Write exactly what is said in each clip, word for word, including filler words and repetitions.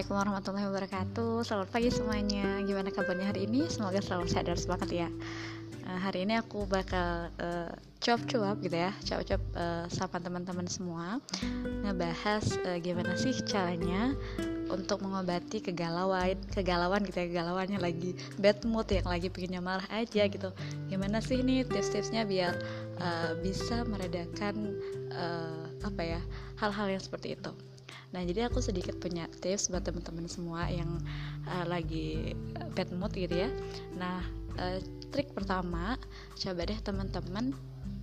Assalamualaikum warahmatullahi wabarakatuh. Selamat pagi semuanya. Gimana kabarnya hari ini? Semoga selalu sehat dan semangat ya. Uh, hari ini aku bakal uh, cuap-cuap gitu ya, cuap-cuap uh, sama teman-teman semua, ngebahas uh, gimana sih caranya untuk mengobati kegalauan, kegalauan gitu ya, kegalauannya lagi bad mood, yang lagi pengennya marah aja gitu. Gimana sih nih tips-tipsnya biar uh, bisa meredakan uh, apa ya hal-hal yang seperti itu. Nah, jadi aku sedikit punya tips buat teman-teman semua yang uh, lagi bad mood gitu ya. Nah, uh, trik pertama, coba deh teman-teman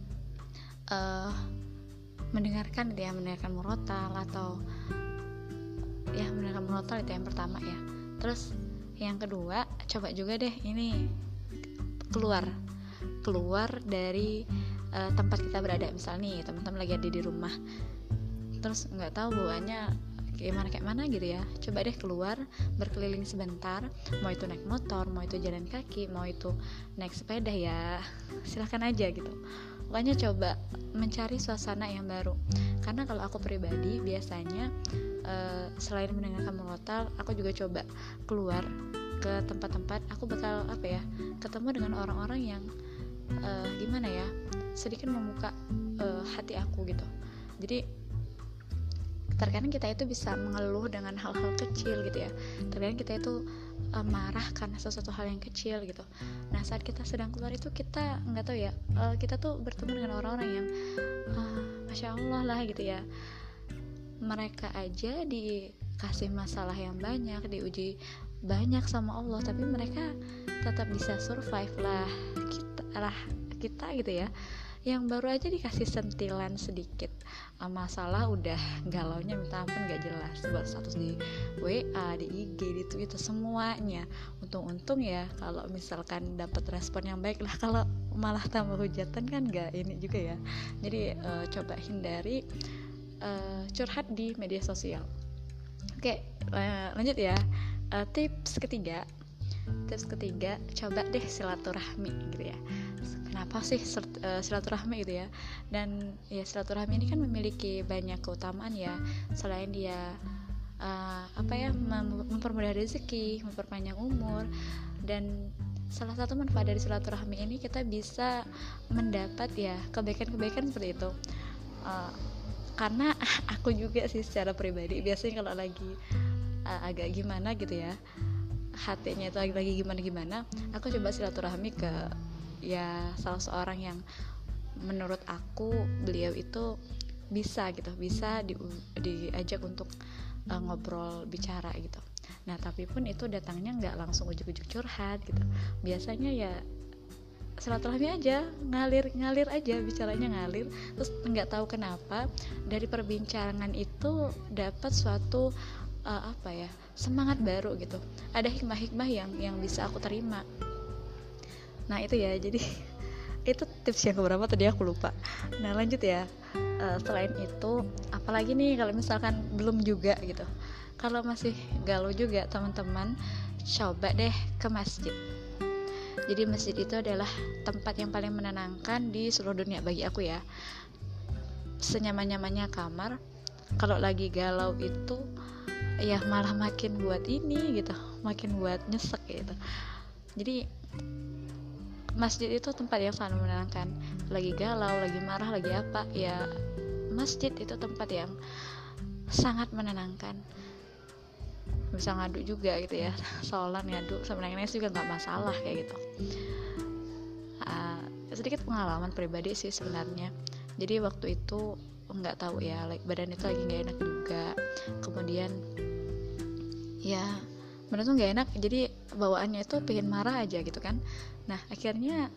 uh, mendengarkan gitu ya, mendengarkan murotal atau ya mendengarkan murotal itu yang pertama ya. Terus yang kedua, coba juga deh ini keluar keluar dari uh, tempat kita berada. Misal nih teman-teman lagi ada di rumah, terus nggak tahu bawaannya gimana kayak mana gitu ya, coba deh keluar berkeliling sebentar, mau itu naik motor, mau itu jalan kaki, mau itu naik sepeda ya silahkan aja gitu. Pokoknya coba mencari suasana yang baru, karena kalau aku pribadi biasanya uh, selain mendengarkan murotal, aku juga coba keluar ke tempat-tempat, aku bakal apa ya ketemu dengan orang-orang yang uh, gimana ya sedikit membuka uh, hati aku gitu. Jadi terkadang kita itu bisa mengeluh dengan hal-hal kecil gitu ya, terkadang kita itu uh, marah karena sesuatu hal yang kecil gitu. Nah, saat kita sedang keluar itu kita nggak tahu ya, uh, kita tuh bertemu dengan orang-orang yang uh, masya Allah lah gitu ya, mereka aja dikasih masalah yang banyak, diuji banyak sama Allah, tapi mereka tetap bisa survive lah. Kita lah kita gitu ya, yang baru aja dikasih sentilan sedikit uh, masalah udah galaunya minta ampun, gak jelas buat status di W A, di I G, di Twitter, semuanya. Untung-untung ya kalau misalkan dapat respon yang baik lah, kalau malah tambah hujatan kan gak ini juga ya. Jadi uh, coba hindari uh, curhat di media sosial. Oke, uh, lanjut ya. uh, tips ketiga tips ketiga coba deh silaturahmi gitu ya. Kenapa sih silaturahmi gitu ya? Dan ya silaturahmi ini kan memiliki banyak keutamaan ya. Selain dia uh, apa ya mem- mempermudah rezeki, memperpanjang umur, dan salah satu manfaat dari silaturahmi ini kita bisa mendapat ya kebaikan-kebaikan seperti itu. Uh, karena aku juga sih secara pribadi biasanya kalau lagi uh, agak gimana gitu ya, hatinya itu lagi gimana-gimana, aku coba silaturahmi ke ya salah seorang yang menurut aku beliau itu bisa gitu, bisa di, diajak untuk uh, ngobrol bicara gitu. Nah, tapi pun itu datangnya nggak langsung ujuk-ujuk curhat gitu. Biasanya ya silaturahmi aja, ngalir ngalir aja, bicaranya ngalir. Terus nggak tahu kenapa dari perbincangan itu dapat suatu uh, apa ya semangat baru gitu. Ada hikmah-hikmah yang yang bisa aku terima. Nah itu ya, jadi itu tips yang keberapa tadi aku lupa. Nah lanjut ya, uh, selain itu apalagi nih kalau misalkan belum juga gitu, kalau masih galau juga teman-teman, coba deh ke masjid. Jadi masjid itu adalah tempat yang paling menenangkan di seluruh dunia bagi aku ya. Senyaman-nyamannya kamar, kalau lagi galau itu ya malah makin buat ini gitu, makin buat nyesek gitu. Jadi masjid itu tempat yang sangat menenangkan. Lagi galau, lagi marah, lagi apa ya, masjid itu tempat yang sangat menenangkan. Bisa ngadu juga gitu ya, sholat ngadu sama nangis juga nggak masalah kayak gitu. Uh, sedikit pengalaman pribadi sih sebenarnya. Jadi waktu itu nggak tahu ya, like, badan itu lagi nggak enak juga. Kemudian ya bener tuh nggak enak, jadi bawaannya itu pengen marah aja gitu kan. Nah akhirnya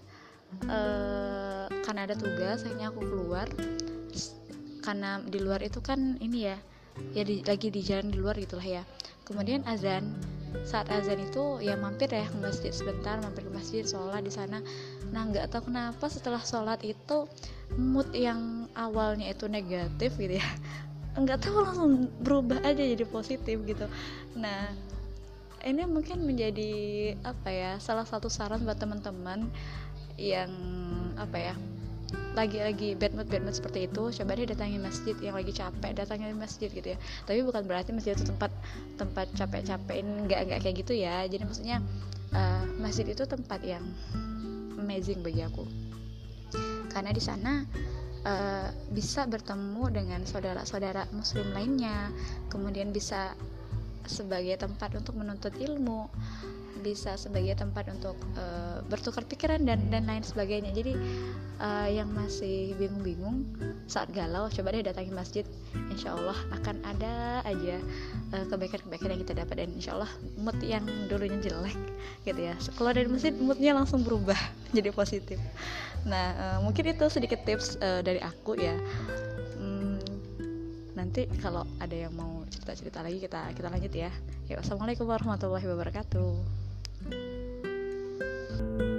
uh, karena ada tugas, akhirnya aku keluar. Karena di luar itu kan ini ya, ya di, lagi di jalan di luar gitulah ya. Kemudian azan, saat azan itu ya mampir ya ke masjid sebentar, mampir ke masjid sholat di sana. Nah nggak tahu kenapa setelah sholat itu mood yang awalnya itu negatif gitu ya, nggak tahu langsung berubah aja jadi positif gitu. Nah ini mungkin menjadi apa ya salah satu saran buat teman-teman yang apa ya lagi-lagi bad mood bad mood seperti itu, coba deh datangi masjid. Yang lagi capek datangi masjid gitu ya. Tapi bukan berarti masjid itu tempat tempat capek-capekin, nggak nggak kayak gitu ya. Jadi maksudnya uh, masjid itu tempat yang amazing bagi aku, karena di sana uh, bisa bertemu dengan saudara-saudara muslim lainnya, kemudian bisa sebagai tempat untuk menuntut ilmu, bisa sebagai tempat untuk uh, bertukar pikiran dan dan lain sebagainya. Jadi uh, yang masih bingung-bingung saat galau, coba deh datangi masjid. Insya Allah akan ada aja uh, kebaikan-kebaikan yang kita dapat, dan insya Allah mood yang dulunya jelek gitu ya, keluar dari masjid moodnya langsung berubah jadi positif. Nah uh, mungkin itu sedikit tips uh, dari aku ya. Hmm, nanti kalau ada yang mau cerita-cerita lagi kita kita lanjut ya. Yuk, assalamualaikum warahmatullahi wabarakatuh.